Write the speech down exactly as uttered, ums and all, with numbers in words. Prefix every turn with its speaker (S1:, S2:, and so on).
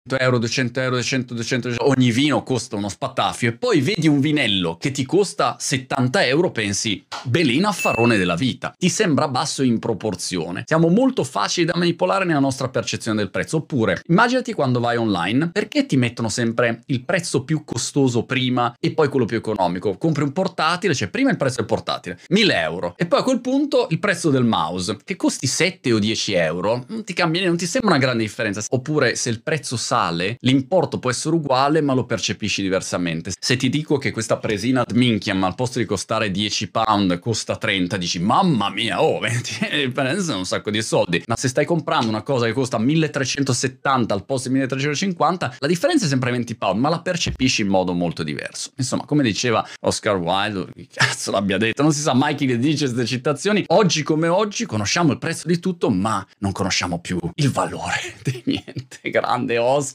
S1: euro, duecento euro, duecento, duecento, ogni vino costa uno spatafio, e poi vedi un vinello che ti costa settanta euro, pensi, belin affarone della vita. Ti sembra basso in proporzione. Siamo molto facili da manipolare nella nostra percezione del prezzo. Oppure, immaginati quando vai online, perché ti mettono sempre il prezzo più costoso prima e poi quello più economico? Compri un portatile, c'è prima il prezzo del portatile, mille euro, e poi a quel punto il prezzo del mouse, che costi sette o dieci euro, non ti cambia, non ti sembra una grande differenza. Oppure, se il prezzo sale, l'importo può essere uguale ma lo percepisci diversamente. Se ti dico che questa presina ad minchiam al posto di costare dieci pound costa trenta, dici mamma mia, oh, è un sacco di soldi. Ma se stai comprando una cosa che costa milletrecentosettanta al posto di milletrecentocinquanta, la differenza è sempre venti pound, ma la percepisci in modo molto diverso. Insomma, come diceva Oscar Wilde, chi cazzo l'abbia detto, non si sa mai chi le dice queste citazioni, oggi come oggi conosciamo il prezzo di tutto ma non conosciamo più il valore di niente. Grande Oscar.